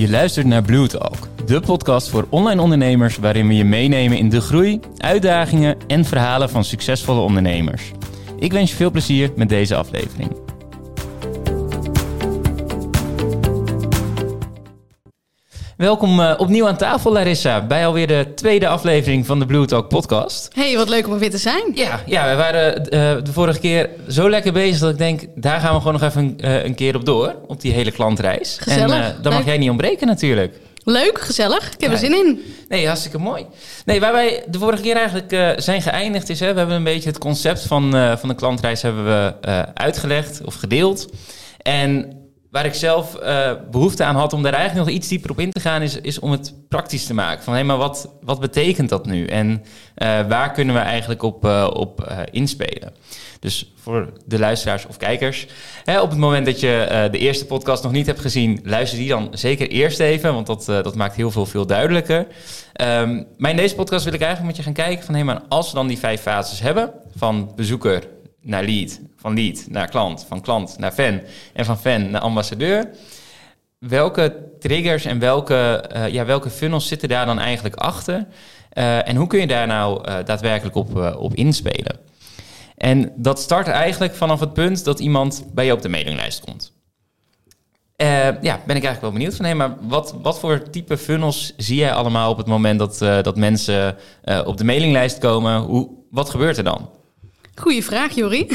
Je luistert naar Blue Talk, de podcast voor online ondernemers waarin we je meenemen in de groei, uitdagingen en verhalen van succesvolle ondernemers. Ik wens je veel plezier met deze aflevering. Welkom opnieuw aan tafel, Larissa, bij alweer de tweede aflevering van de Blue Talk podcast. Hey, wat leuk om er weer te zijn. Ja, we waren de vorige keer zo lekker bezig dat ik denk, daar gaan we gewoon nog even een keer op door, op die hele klantreis. Gezellig. En dan mag jij niet ontbreken natuurlijk. Leuk, gezellig. Ik heb er zin in. Nee, hartstikke mooi. Nee, waar wij de vorige keer eigenlijk zijn geëindigd is, we hebben een beetje het concept van de klantreis hebben we uitgelegd of gedeeld. En waar ik zelf behoefte aan had om daar eigenlijk nog iets dieper op in te gaan, is om het praktisch te maken. Van, maar wat betekent dat nu? En waar kunnen we eigenlijk op inspelen? Dus voor de luisteraars of kijkers, op het moment dat je de eerste podcast nog niet hebt gezien, luister die dan zeker eerst even, want dat maakt heel veel duidelijker. Maar in deze podcast wil ik eigenlijk met je gaan kijken van, maar als we dan die 5 fases hebben, van bezoeker naar lead, van lead naar klant, van klant naar fan en van fan naar ambassadeur. Welke triggers en welke funnels zitten daar dan eigenlijk achter? En hoe kun je daar nou daadwerkelijk op inspelen? En dat start eigenlijk vanaf het punt dat iemand bij je op de mailinglijst komt. Ben ik eigenlijk wel benieuwd van, maar wat voor type funnels zie jij allemaal op het moment dat mensen op de mailinglijst komen? Wat gebeurt er dan? Goeie vraag, Jorrie.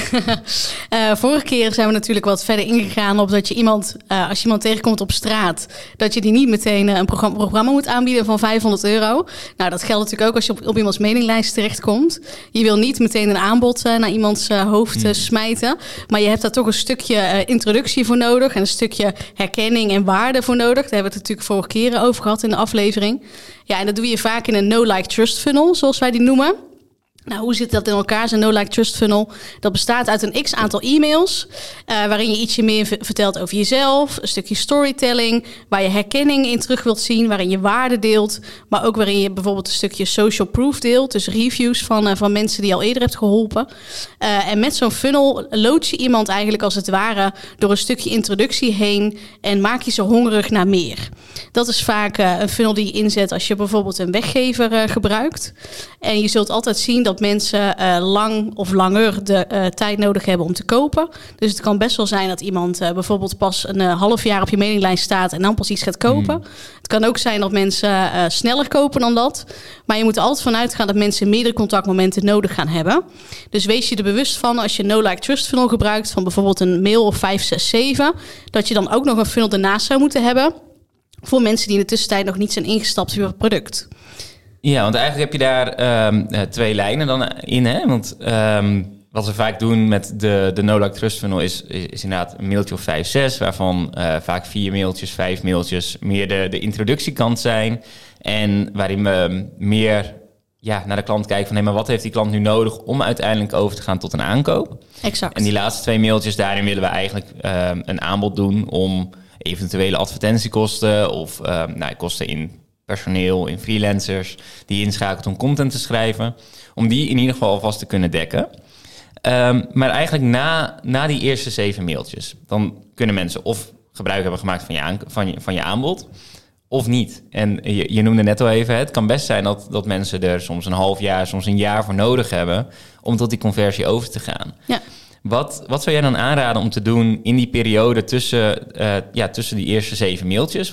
Vorige keer zijn we natuurlijk wat verder ingegaan op dat je als je iemand tegenkomt op straat, dat je die niet meteen een programma moet aanbieden van €500. Nou, dat geldt natuurlijk ook als je op iemands mailinglijst terechtkomt. Je wil niet meteen een aanbod naar iemands hoofd smijten, maar je hebt daar toch een stukje introductie voor nodig en een stukje herkenning en waarde voor nodig. Daar hebben we het natuurlijk vorige keren over gehad in de aflevering. Ja, en dat doe je vaak in een no-like-trust funnel, zoals wij die noemen. Nou, hoe zit dat in elkaar, zo'n no-like-trust funnel? Dat bestaat uit een x-aantal e-mails, waarin je ietsje meer vertelt over jezelf, een stukje storytelling, waar je herkenning in terug wilt zien, waarin je waarde deelt, maar ook waarin je bijvoorbeeld een stukje social proof deelt, dus reviews van mensen die je al eerder hebt geholpen. En met zo'n funnel loods je iemand eigenlijk als het ware door een stukje introductie heen en maak je ze hongerig naar meer. Dat is vaak een funnel die je inzet als je bijvoorbeeld een weggever gebruikt. En je zult altijd zien dat mensen lang of langer de tijd nodig hebben om te kopen. Dus het kan best wel zijn dat iemand bijvoorbeeld pas een half jaar op je mailinglijst staat en dan pas iets gaat kopen. Het kan ook zijn dat mensen sneller kopen dan dat. Maar je moet er altijd van uitgaan dat mensen meerdere contactmomenten nodig gaan hebben. Dus wees je er bewust van als je een no-like-trust funnel gebruikt, van bijvoorbeeld een mail of 5, 6, 7, dat je dan ook nog een funnel ernaast zou moeten hebben voor mensen die in de tussentijd nog niet zijn ingestapt via het product. Ja, want eigenlijk heb je daar 2 lijnen dan in, hè? Want wat we vaak doen met de no-like-trust funnel is inderdaad een mailtje of 5, 6... waarvan vaak 4 mailtjes, 5 mailtjes meer de introductiekant zijn. En waarin we meer naar de klant kijken van, maar wat heeft die klant nu nodig om uiteindelijk over te gaan tot een aankoop? Exact. En die laatste 2 mailtjes, daarin willen we eigenlijk een aanbod doen om eventuele advertentiekosten of kosten in personeel, in freelancers die je inschakelt om content te schrijven, om die in ieder geval alvast te kunnen dekken. Maar eigenlijk na die eerste 7 mailtjes, dan kunnen mensen of gebruik hebben gemaakt van je aanbod, of niet. En je noemde net al even, het kan best zijn dat mensen er soms een half jaar, soms een jaar voor nodig hebben om tot die conversie over te gaan. Ja. Wat zou jij dan aanraden om te doen in die periode tussen die eerste 7 mailtjes?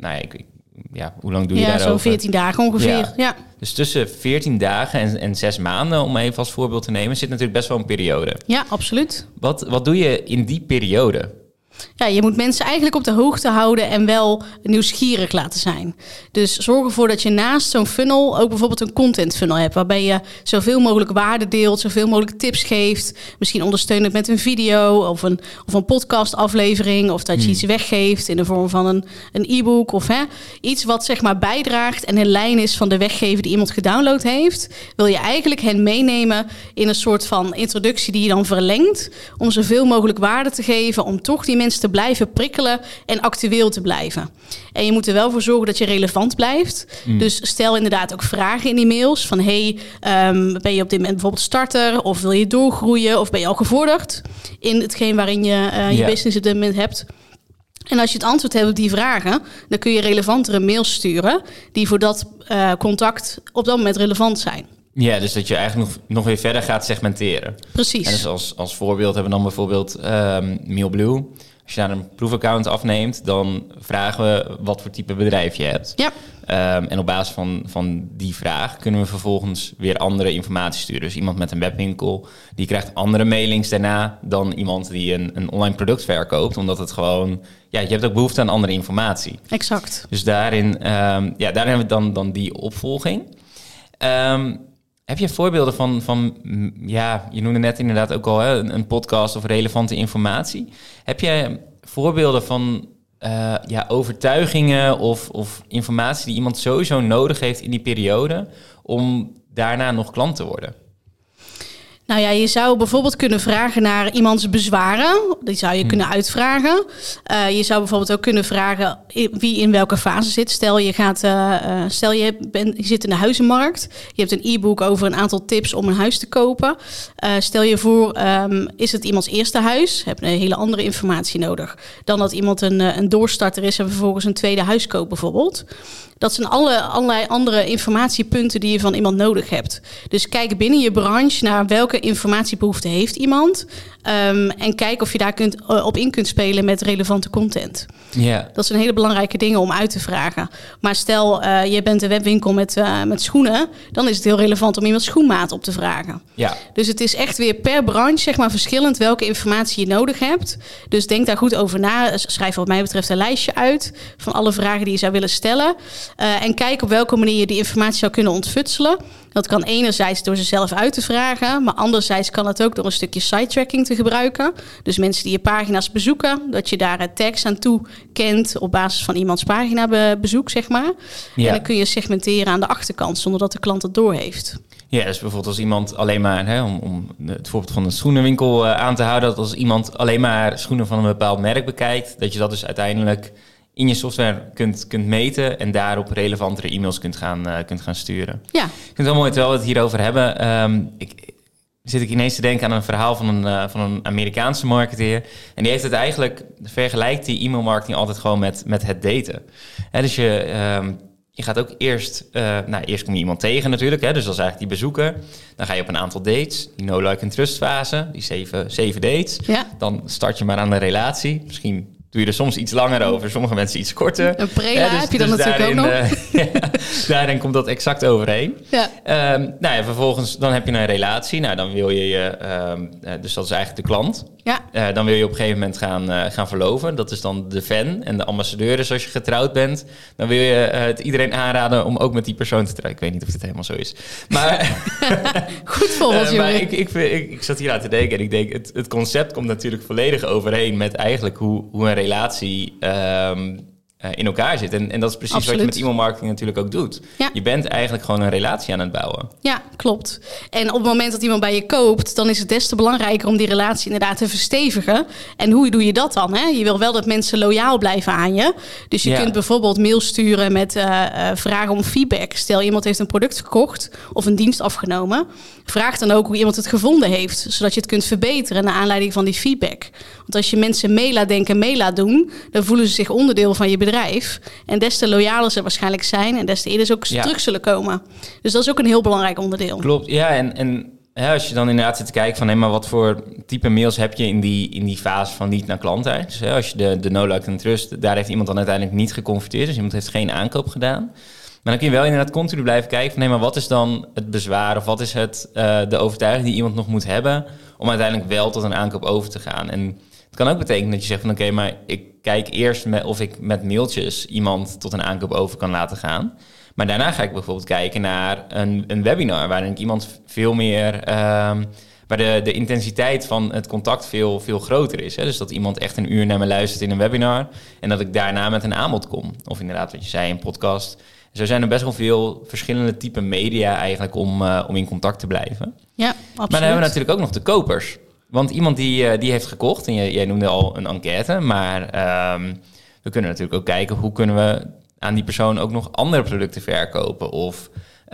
Hoe lang doe je daarover? Zo'n 14 dagen ongeveer. Ja. Dus tussen 14 dagen en 6 maanden, om even als voorbeeld te nemen, zit natuurlijk best wel een periode. Ja, absoluut. Wat doe je in die periode? Ja, je moet mensen eigenlijk op de hoogte houden en wel nieuwsgierig laten zijn. Dus zorg ervoor dat je naast zo'n funnel ook bijvoorbeeld een content funnel hebt, waarbij je zoveel mogelijk waarde deelt, zoveel mogelijk tips geeft. Misschien ondersteunend met een video of een podcastaflevering, of dat je iets weggeeft in de vorm van een e-book of iets wat zeg maar bijdraagt en in lijn is van de weggever die iemand gedownload heeft. Wil je eigenlijk hen meenemen in een soort van introductie die je dan verlengt, om zoveel mogelijk waarde te geven, om toch die mensen te blijven prikkelen en actueel te blijven. En je moet er wel voor zorgen dat je relevant blijft. Dus stel inderdaad ook vragen in die mails van ben je op dit moment bijvoorbeeld starter of wil je doorgroeien of ben je al gevorderd in hetgeen waarin je je business op dit moment hebt. En als je het antwoord hebt op die vragen, dan kun je relevantere mails sturen die voor dat contact op dat moment relevant zijn. Ja, dus dat je eigenlijk nog weer verder gaat segmenteren. Precies. En dus als voorbeeld hebben we dan bijvoorbeeld Mailblue. Als je daar een proefaccount afneemt, dan vragen we wat voor type bedrijf je hebt. Ja. En op basis van die vraag kunnen we vervolgens weer andere informatie sturen. Dus iemand met een webwinkel, die krijgt andere mailings daarna dan iemand die een online product verkoopt. Omdat het gewoon, je hebt ook behoefte aan andere informatie. Exact. Dus daarin hebben we dan die opvolging. Heb je voorbeelden van je noemde net inderdaad ook al een podcast of relevante informatie. Heb je voorbeelden van overtuigingen of informatie die iemand sowieso nodig heeft in die periode om daarna nog klant te worden? Nou ja, je zou bijvoorbeeld kunnen vragen naar iemands bezwaren. Die zou je kunnen uitvragen. Je zou bijvoorbeeld ook kunnen vragen wie in welke fase zit. Stel je zit in de huizenmarkt. Je hebt een e-book over een aantal tips om een huis te kopen. Stel je voor, is het iemands eerste huis? Heb je een hele andere informatie nodig dan dat iemand een doorstarter is en vervolgens een tweede huis koopt bijvoorbeeld. Dat zijn allerlei andere informatiepunten die je van iemand nodig hebt. Dus kijk binnen je branche naar welke informatiebehoefte heeft iemand. En kijk of je daar op in kunt spelen met relevante content. Yeah. Dat zijn hele belangrijke dingen om uit te vragen. Maar stel, je bent een webwinkel met schoenen. Dan is het heel relevant om iemands schoenmaat op te vragen. Ja. Dus het is echt weer per branche zeg maar, verschillend welke informatie je nodig hebt. Dus denk daar goed over na. Schrijf wat mij betreft een lijstje uit van alle vragen die je zou willen stellen. En kijk op welke manier je die informatie zou kunnen ontfutselen. Dat kan enerzijds door ze zelf uit te vragen, maar anderzijds kan het ook door een stukje sidetracking te gebruiken. Dus mensen die je pagina's bezoeken, dat je daar tags aan toe kent op basis van iemands paginabezoek, zeg maar. Ja. En dan kun je segmenteren aan de achterkant, zonder dat de klant het doorheeft. Ja, dus bijvoorbeeld als iemand alleen maar, om het voorbeeld van een schoenenwinkel aan te houden, dat als iemand alleen maar schoenen van een bepaald merk bekijkt, dat je dat dus uiteindelijk in je software kunt meten en daarop relevantere e-mails kunt gaan sturen. Ja. Ik vind het wel mooi, terwijl we het hierover hebben, zit ik ineens te denken aan een verhaal van een Amerikaanse marketeer. En die heeft het eigenlijk, vergelijkt die e-mailmarketing altijd gewoon met het daten. Dus je gaat ook eerst kom je iemand tegen natuurlijk. Dus dat is eigenlijk die bezoeker. Dan ga je op een aantal dates. Die no, like en trust fase. Die 7 dates. Ja. Dan start je maar aan de relatie. Misschien doe je er soms iets langer over. Sommige mensen iets korter. Een prela heb je dan natuurlijk daarin, ook nog. Daarin komt dat exact overeen. Ja. Vervolgens dan heb je een relatie. Nou, dan wil je dus dat is eigenlijk de klant. Ja. Dan wil je op een gegeven moment gaan verloven. Dat is dan de fan en de ambassadeur. Dus als je getrouwd bent, dan wil je het iedereen aanraden om ook met die persoon te trouwen. Ik weet niet of dit helemaal zo is. Maar goed voorbeeld, maar ik zat hier aan te denken en ik denk, het concept komt natuurlijk volledig overeen met eigenlijk hoe een relatie in elkaar zit. En dat is precies Absoluut. wat je met e-mailmarketing natuurlijk ook doet. Ja. Je bent eigenlijk gewoon een relatie aan het bouwen. Ja, klopt. En op het moment dat iemand bij je koopt, dan is het des te belangrijker om die relatie inderdaad te verstevigen. En hoe doe je dat dan? Hè? Je wil wel dat mensen loyaal blijven aan je. Dus je kunt bijvoorbeeld mail sturen met vragen om feedback. Stel, iemand heeft een product gekocht of een dienst afgenomen. Vraag dan ook hoe iemand het gevonden heeft, zodat je het kunt verbeteren naar aanleiding van die feedback. Want als je mensen mee laat denken, mee laat doen, dan voelen ze zich onderdeel van je bedrijf. En des te loyaler ze waarschijnlijk zijn en des te eerder ze ook terug zullen komen. Dus dat is ook een heel belangrijk onderdeel. Klopt, ja. En als je dan inderdaad zit te kijken van, maar wat voor type mails heb je in die fase van niet naar klant uit? Dus als je de no, like en trust, daar heeft iemand dan uiteindelijk niet geconverteerd. Dus iemand heeft geen aankoop gedaan. Maar dan kun je wel inderdaad continu blijven kijken van, maar wat is dan het bezwaar of wat is de overtuiging die iemand nog moet hebben om uiteindelijk wel tot een aankoop over te gaan? En het kan ook betekenen dat je zegt van, oké, maar ik kijk eerst of ik met mailtjes iemand tot een aankoop over kan laten gaan. Maar daarna ga ik bijvoorbeeld kijken naar een webinar waarin ik iemand veel meer, waar de intensiteit van het contact veel groter is. Hè? Dus dat iemand echt een uur naar me luistert in een webinar en dat ik daarna met een aanbod kom. Of inderdaad, wat je zei, een podcast. Zo zijn er best wel veel verschillende typen media eigenlijk om in contact te blijven. Ja, absoluut. Maar dan hebben we natuurlijk ook nog de kopers. Want iemand die heeft gekocht, en jij noemde al een enquête, maar we kunnen natuurlijk ook kijken hoe kunnen we aan die persoon ook nog andere producten verkopen. Of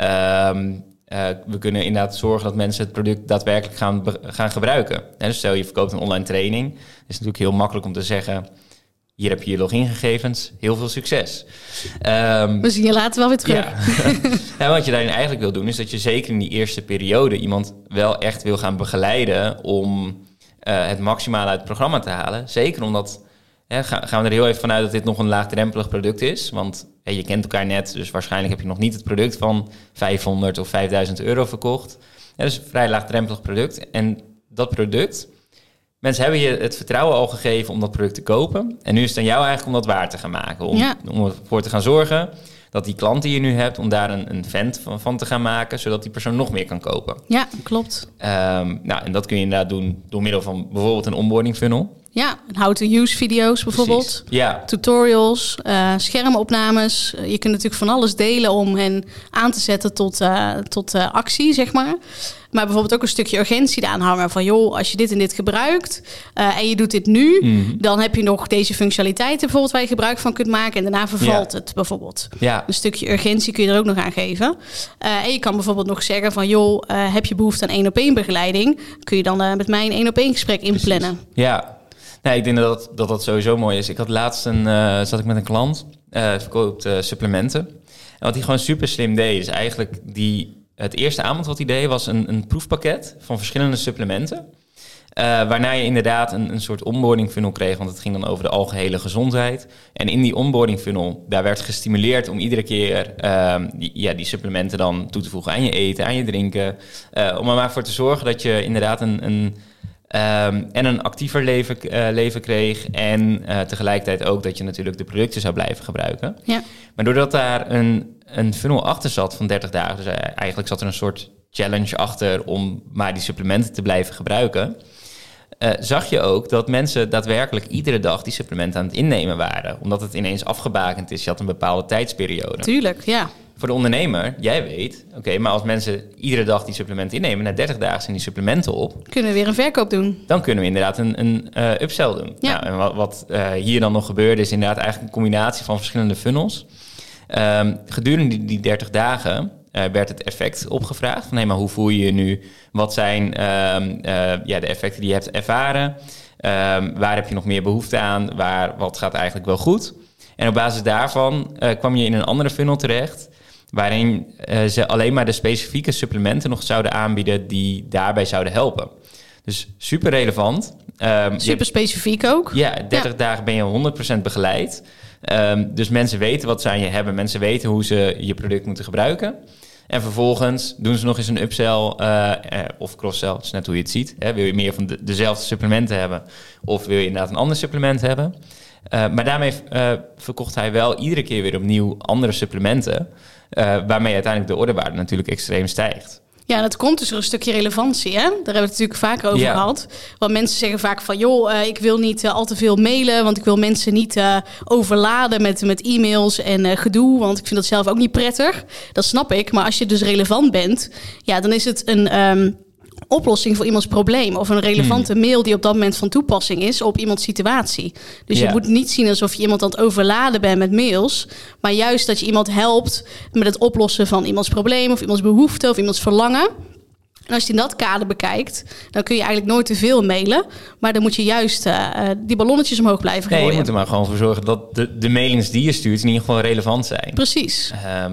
we kunnen inderdaad zorgen dat mensen het product daadwerkelijk gaan gebruiken. Dus stel je verkoopt een online training. Het is natuurlijk heel makkelijk om te zeggen, Hier heb je je logingegevens. Heel veel succes. We zien je later wel weer terug. Ja. Ja, wat je daarin eigenlijk wil doen... is dat je zeker in die eerste periode... iemand wel echt wil gaan begeleiden... om het maximale uit het programma te halen. Zeker omdat... gaan we er heel even vanuit dat dit nog een laagdrempelig product is. Want je kent elkaar net... dus waarschijnlijk heb je nog niet het product van 500 of 5000 euro verkocht. Dus een vrij laagdrempelig product. En dat product... Mensen hebben je het vertrouwen al gegeven om dat product te kopen. En nu is het aan jou eigenlijk om dat waar te gaan maken. Om ervoor te gaan zorgen dat die klant die je nu hebt... om daar een vent van te gaan maken... zodat die persoon nog meer kan kopen. Ja, klopt. En dat kun je inderdaad doen door middel van bijvoorbeeld een onboarding funnel. Ja, how-to-use video's bijvoorbeeld. Ja. Tutorials, schermopnames. Je kunt natuurlijk van alles delen om hen aan te zetten tot actie, zeg maar. Maar bijvoorbeeld ook een stukje urgentie eraan hangen. Van joh, als je dit en dit gebruikt en je doet dit nu... dan heb je nog deze functionaliteiten bijvoorbeeld waar je gebruik van kunt maken. En daarna vervalt het bijvoorbeeld. Ja. Een stukje urgentie kun je er ook nog aan geven. En je kan bijvoorbeeld nog zeggen van joh, heb je behoefte aan 1-op-1 begeleiding? Kun je dan met mij een 1-op-1 gesprek inplannen. Precies. Ja. Nee, ik denk dat sowieso mooi is. Ik had laatst zat ik met een klant, verkoopt supplementen. En wat hij gewoon super slim deed, is eigenlijk het eerste aanbod wat hij deed, was een proefpakket van verschillende supplementen. Waarna je inderdaad een soort onboarding funnel kreeg, want het ging dan over de algehele gezondheid. En in die onboarding funnel, daar werd gestimuleerd om iedere keer die supplementen dan toe te voegen aan je eten, aan je drinken. Om er maar voor te zorgen dat je inderdaad en een actiever leven kreeg. En tegelijkertijd ook dat je natuurlijk de producten zou blijven gebruiken. Ja. Maar doordat daar een funnel achter zat van 30 dagen... dus eigenlijk zat er een soort challenge achter om maar die supplementen te blijven gebruiken... zag je ook dat mensen daadwerkelijk iedere dag die supplementen aan het innemen waren. Omdat het ineens afgebakend is. Je had een bepaalde tijdsperiode. Tuurlijk, ja. Voor de ondernemer, jij weet... Oké, maar als mensen iedere dag die supplementen innemen... na 30 dagen zijn die supplementen op... Kunnen we weer een verkoop doen. Dan kunnen we inderdaad een upsell doen. Ja. Nou, en wat hier dan nog gebeurde... is inderdaad eigenlijk een combinatie van verschillende funnels. Gedurende die 30 dagen... werd het effect opgevraagd. Van, maar hoe voel je je nu? Wat zijn de effecten die je hebt ervaren? Waar heb je nog meer behoefte aan? Wat gaat eigenlijk wel goed? En op basis daarvan kwam je in een andere funnel terecht... waarin ze alleen maar de specifieke supplementen nog zouden aanbieden... die daarbij zouden helpen. Dus super relevant. Super specifiek ook. Ja, 30 dagen ben je 100% begeleid. Dus mensen weten wat ze aan je hebben. Mensen weten hoe ze je product moeten gebruiken. En vervolgens doen ze nog eens een upsell of crosssell. Dat is net hoe je het ziet. Hè? Wil je meer van dezelfde supplementen hebben... of wil je inderdaad een ander supplement hebben... maar daarmee verkocht hij wel iedere keer weer opnieuw andere supplementen... waarmee uiteindelijk de orderwaarde natuurlijk extreem stijgt. Ja, dat komt dus door een stukje relevantie, hè? Daar hebben we het natuurlijk vaker over gehad. Want mensen zeggen vaak van... joh, ik wil niet al te veel mailen... want ik wil mensen niet overladen met e-mails en gedoe... want ik vind dat zelf ook niet prettig. Dat snap ik, maar als je dus relevant bent... ja, dan is het een... oplossing voor iemands probleem... of een relevante mail die op dat moment van toepassing is... op iemands situatie. Dus je moet niet zien alsof je iemand aan het overladen bent met mails... maar juist dat je iemand helpt met het oplossen van iemands probleem... of iemands behoefte of iemands verlangen... En als je in dat kader bekijkt, dan kun je eigenlijk nooit te veel mailen. Maar dan moet je juist die ballonnetjes omhoog blijven gooien. Nee, je moet er maar gewoon voor zorgen dat de mailings die je stuurt in ieder geval relevant zijn. Precies.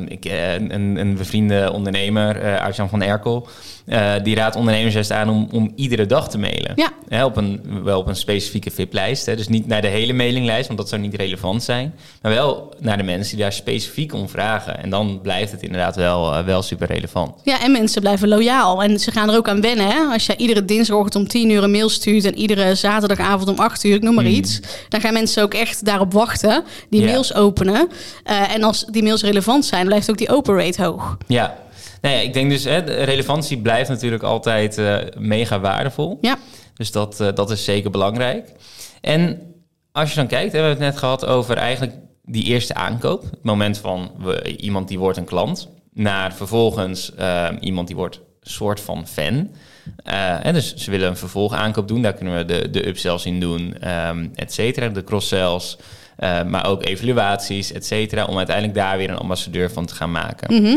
Een bevriende ondernemer, Arjan van Erkel, die raadt ondernemers juist aan om iedere dag te mailen. Ja. Wel op een specifieke VIP-lijst. Dus niet naar de hele mailinglijst, want dat zou niet relevant zijn. Maar wel naar de mensen die daar specifiek om vragen. En dan blijft het inderdaad wel super relevant. Ja, en mensen blijven loyaal. En ze gaan er ook aan wennen. Hè? Als je iedere dinsdagochtend om 10 uur een mail stuurt... en iedere zaterdagavond om 8 uur, ik noem maar iets... dan gaan mensen ook echt daarop wachten, die mails openen. En als die mails relevant zijn, blijft ook die open rate hoog. Ja. Nou ja, ik denk dus, de relevantie blijft natuurlijk altijd mega waardevol. Ja. Dus dat is zeker belangrijk. En als je dan kijkt, hebben we het net gehad over eigenlijk die eerste aankoop. Het moment van iemand die wordt een klant... naar vervolgens iemand die wordt een soort van fan. En dus ze willen een vervolgaankoop doen. Daar kunnen we de upsells in doen, et cetera. De cross-sells, maar ook evaluaties, et cetera. Om uiteindelijk daar weer een ambassadeur van te gaan maken. Mm-hmm.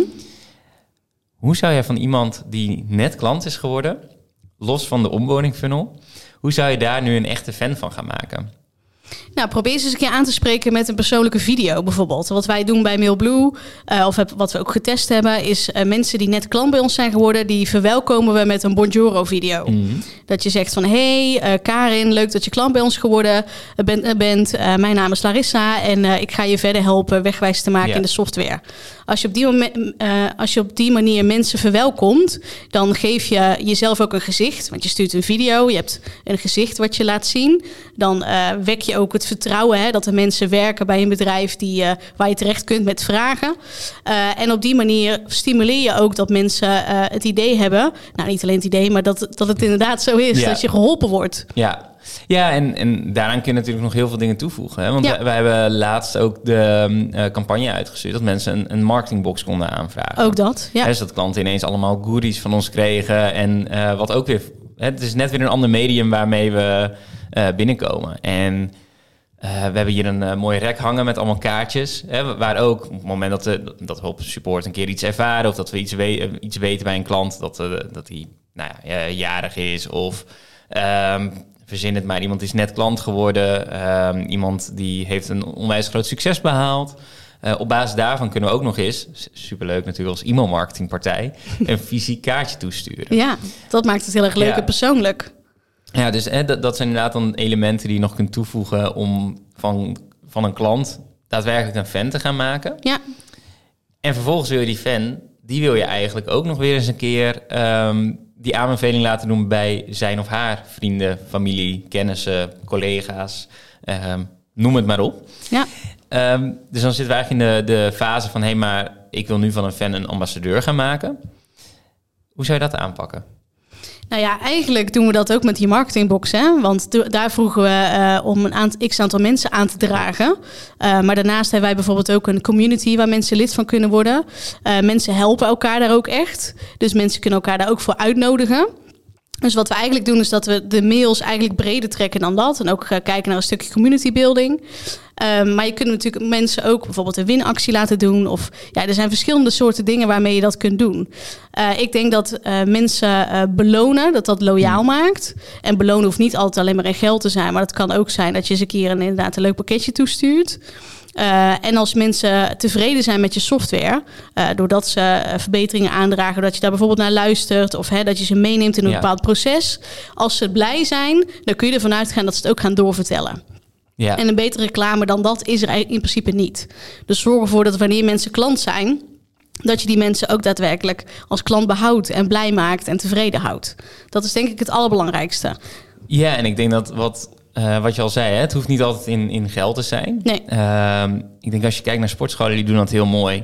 Hoe zou jij van iemand die net klant is geworden... los van de onboarding funnel... hoe zou je daar nu een echte fan van gaan maken? Nou, probeer ze eens een keer aan te spreken met een persoonlijke video bijvoorbeeld. Wat wij doen bij Mailblue, wat we ook getest hebben, is mensen die net klant bij ons zijn geworden, die verwelkomen we met een Buongiorno video. Mm-hmm. Dat je zegt van, hey Karin, leuk dat je klant bij ons geworden bent. Mijn naam is Larissa en ik ga je verder helpen wegwijs te maken in de software. Als je op die manier mensen verwelkomt, dan geef je jezelf ook een gezicht. Want je stuurt een video, je hebt een gezicht wat je laat zien. Dan wek je ook het vertrouwen dat er mensen werken bij een bedrijf waar je terecht kunt met vragen. En op die manier stimuleer je ook dat mensen het idee hebben. Nou, niet alleen het idee, maar dat het inderdaad zo is. Dat je geholpen wordt. Ja, en daaraan kun je natuurlijk nog heel veel dingen toevoegen. Hè? Want wij hebben laatst ook de campagne uitgestuurd dat mensen een marketingbox konden aanvragen. Ook dat, ja. Dus dat klanten ineens allemaal goodies van ons kregen. En wat ook weer... Het is net weer een ander medium waarmee we binnenkomen. En we hebben hier een mooie rek hangen met allemaal kaartjes. Waar ook op het moment dat we op support een keer iets ervaren... of dat we iets weten bij een klant dat hij jarig is of... verzin het maar, iemand is net klant geworden. Iemand die heeft een onwijs groot succes behaald. Op basis daarvan kunnen we ook nog eens, superleuk natuurlijk als e-mailmarketingpartij, een fysiek kaartje toesturen. Ja, dat maakt het heel erg leuk en persoonlijk. Ja, dus dat zijn inderdaad dan elementen die je nog kunt toevoegen om van een klant daadwerkelijk een fan te gaan maken. Ja. En vervolgens wil je die fan, die wil je eigenlijk ook nog weer eens een keer... die aanbeveling laten doen bij zijn of haar vrienden, familie, kennissen, collega's. Noem het maar op. Ja. Dus dan zitten we eigenlijk in de fase van... maar ik wil nu van een fan een ambassadeur gaan maken. Hoe zou je dat aanpakken? Nou ja, eigenlijk doen we dat ook met die marketingbox. Hè? Want daar vroegen we om een x-aantal mensen aan te dragen. Maar daarnaast hebben wij bijvoorbeeld ook een community waar mensen lid van kunnen worden. Mensen helpen elkaar daar ook echt. Dus mensen kunnen elkaar daar ook voor uitnodigen. Dus wat we eigenlijk doen is dat we de mails eigenlijk breder trekken dan dat. En ook kijken naar een stukje community building. Maar je kunt natuurlijk mensen ook bijvoorbeeld een winactie laten doen. Of er zijn verschillende soorten dingen waarmee je dat kunt doen. Ik denk dat mensen belonen, dat loyaal maakt. En belonen hoeft niet altijd alleen maar in geld te zijn. Maar het kan ook zijn dat je eens een keer inderdaad een leuk pakketje toestuurt. En als mensen tevreden zijn met je software, doordat ze verbeteringen aandragen, doordat je daar bijvoorbeeld naar luistert of dat je ze meeneemt in een bepaald proces. Als ze blij zijn, dan kun je ervan uitgaan dat ze het ook gaan doorvertellen. Ja. En een betere reclame dan dat is er in principe niet. Dus zorg ervoor dat wanneer mensen klant zijn, dat je die mensen ook daadwerkelijk als klant behoudt en blij maakt en tevreden houdt. Dat is denk ik het allerbelangrijkste. Ja, en ik denk dat wat je al zei, het hoeft niet altijd in geld te zijn. Nee. Ik denk als je kijkt naar sportscholen, die doen dat heel mooi.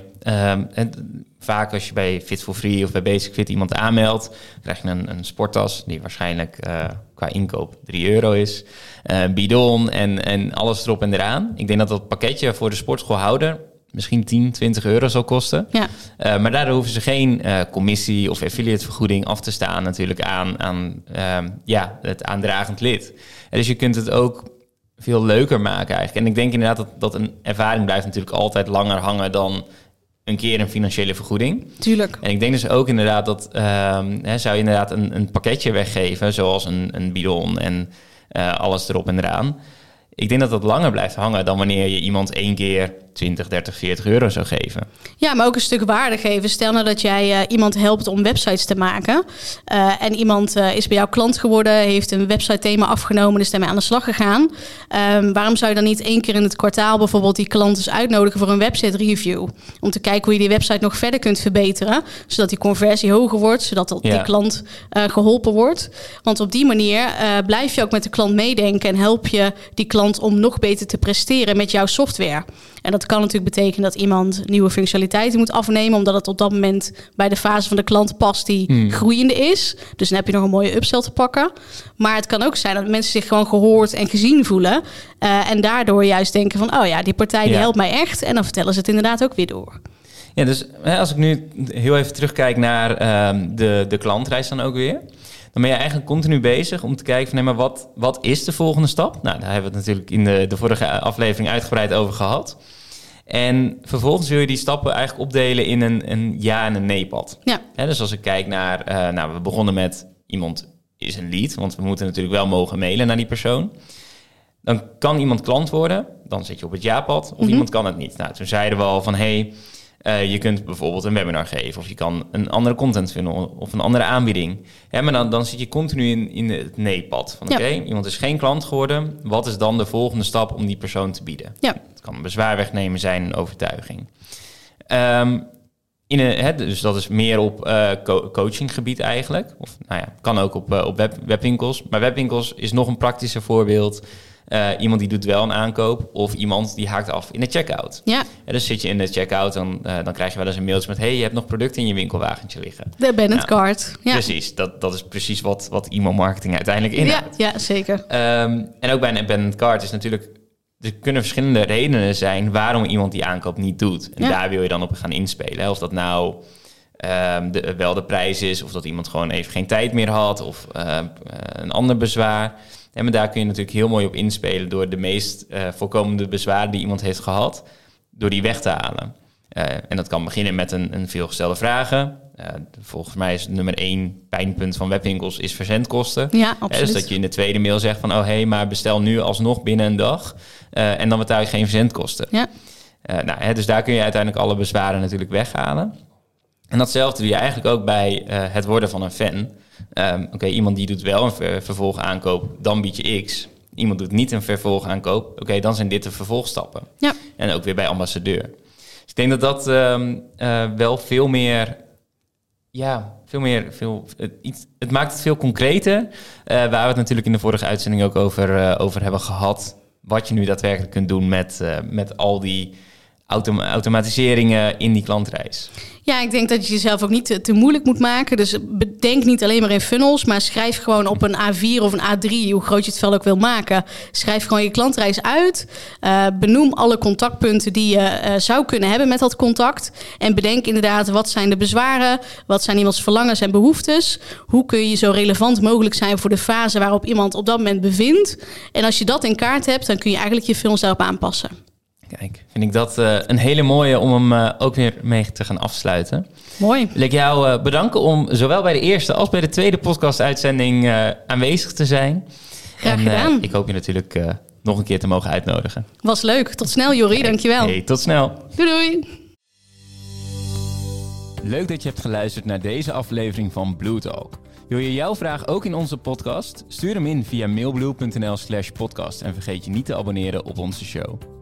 Vaak als je bij Fit for Free of bij Basic Fit iemand aanmeldt, krijg je een sporttas die waarschijnlijk qua inkoop €3 is. Bidon en alles erop en eraan. Ik denk dat dat pakketje voor de sportschoolhouder misschien 10, €20 zal kosten. Ja. Maar daardoor hoeven ze geen commissie of affiliatevergoeding af te staan natuurlijk aan het aandragend lid. Dus je kunt het ook veel leuker maken eigenlijk. En ik denk inderdaad dat een ervaring blijft natuurlijk altijd langer hangen dan een keer een financiële vergoeding. Tuurlijk. En ik denk dus ook inderdaad dat zou je inderdaad een pakketje weggeven, zoals een bidon en alles erop en eraan. Ik denk dat dat langer blijft hangen dan wanneer je iemand 1 keer 20, 30, €40 zou geven. Ja, maar ook een stuk waarde geven. Stel nou dat jij iemand helpt om websites te maken. En iemand is bij jou klant geworden, heeft een website thema afgenomen en is daarmee aan de slag gegaan. Waarom zou je dan niet 1 keer in het kwartaal bijvoorbeeld die klant eens uitnodigen voor een website review? Om te kijken hoe je die website nog verder kunt verbeteren. Zodat die conversie hoger wordt, zodat die klant geholpen wordt. Want op die manier blijf je ook met de klant meedenken en help je die klant om nog beter te presteren met jouw software. En dat kan natuurlijk betekenen dat iemand nieuwe functionaliteiten moet afnemen, omdat het op dat moment bij de fase van de klant past die groeiende is. Dus dan heb je nog een mooie upsell te pakken. Maar het kan ook zijn dat mensen zich gewoon gehoord en gezien voelen. En daardoor juist denken van, oh ja, die partij die helpt mij echt. En dan vertellen ze het inderdaad ook weer door. Ja, dus als ik nu heel even terugkijk naar de klantreis dan ook weer, dan ben je eigenlijk continu bezig om te kijken van, nee, maar wat is de volgende stap? Nou, daar hebben we het natuurlijk in de vorige aflevering uitgebreid over gehad. En vervolgens wil je die stappen eigenlijk opdelen in een ja- en een nee-pad. Ja. Dus als ik kijk naar, we begonnen met iemand is een lead, want we moeten natuurlijk wel mogen mailen naar die persoon. dan kan iemand klant worden. Dan zit je op het ja-pad. Of iemand kan het niet. Nou, toen zeiden we al van, je kunt bijvoorbeeld een webinar geven. Of je kan een andere content vinden of een andere aanbieding. Ja, maar dan zit je continu in het nee-pad. Van oké, iemand is geen klant geworden. Wat is dan de volgende stap om die persoon te bieden? Ja. Het kan een bezwaar wegnemen zijn, een overtuiging. Dus dat is meer op coachinggebied eigenlijk. Of kan ook op webwinkels. Maar webwinkels is nog een praktischer voorbeeld. Iemand die doet wel een aankoop of iemand die haakt af in de checkout. Ja. Dus zit je in de checkout, dan krijg je wel eens een mailtje met... je hebt nog producten in je winkelwagentje liggen. De Bennett card. Ja. Precies, dat is precies wat e-mailmarketing uiteindelijk inhoudt. Ja, zeker. En ook bij een Bennett card is natuurlijk... Er kunnen verschillende redenen zijn waarom iemand die aankoop niet doet. En daar wil je dan op gaan inspelen. Of dat nou wel de prijs is, of dat iemand gewoon even geen tijd meer had... of een ander bezwaar... En maar daar kun je natuurlijk heel mooi op inspelen... door de meest voorkomende bezwaren die iemand heeft gehad... door die weg te halen. En dat kan beginnen met een veelgestelde vragen. Volgens mij is nummer 1 pijnpunt van webwinkels is verzendkosten. Ja, absoluut. Dus dat je in de tweede mail zegt van... maar bestel nu alsnog binnen een dag... en dan betaal je geen verzendkosten. Ja. Dus daar kun je uiteindelijk alle bezwaren natuurlijk weghalen. En datzelfde doe je eigenlijk ook bij het worden van een fan... iemand die doet wel een vervolgaankoop, dan bied je X. Iemand doet niet een vervolgaankoop, dan zijn dit de vervolgstappen. Ja. En ook weer bij ambassadeur. Dus ik denk dat wel veel meer... het maakt het veel concreter. Waar we het natuurlijk in de vorige uitzending ook over hebben gehad. Wat je nu daadwerkelijk kunt doen met al die... automatiseringen in die klantreis. Ja, ik denk dat je jezelf ook niet te moeilijk moet maken. Dus bedenk niet alleen maar in funnels, maar schrijf gewoon op een A4 of een A3, hoe groot je het vel ook wil maken. Schrijf gewoon je klantreis uit. Benoem alle contactpunten die je zou kunnen hebben met dat contact. En bedenk inderdaad, wat zijn de bezwaren? Wat zijn iemands verlangens en behoeftes? Hoe kun je zo relevant mogelijk zijn voor de fase waarop iemand op dat moment bevindt? En als je dat in kaart hebt, dan kun je eigenlijk je funnels daarop aanpassen. Kijk, vind ik dat een hele mooie om hem ook weer mee te gaan afsluiten. Mooi. Wil ik jou bedanken om zowel bij de eerste als bij de tweede podcast-uitzending aanwezig te zijn. Graag gedaan. Ik hoop je natuurlijk nog een keer te mogen uitnodigen. Was leuk. Tot snel, Jorie. Dankjewel. Hey, tot snel. Doei, doei. Leuk dat je hebt geluisterd naar deze aflevering van Blue Talk. Wil je jouw vraag ook in onze podcast? Stuur hem in via mailblue.nl/podcast en vergeet je niet te abonneren op onze show.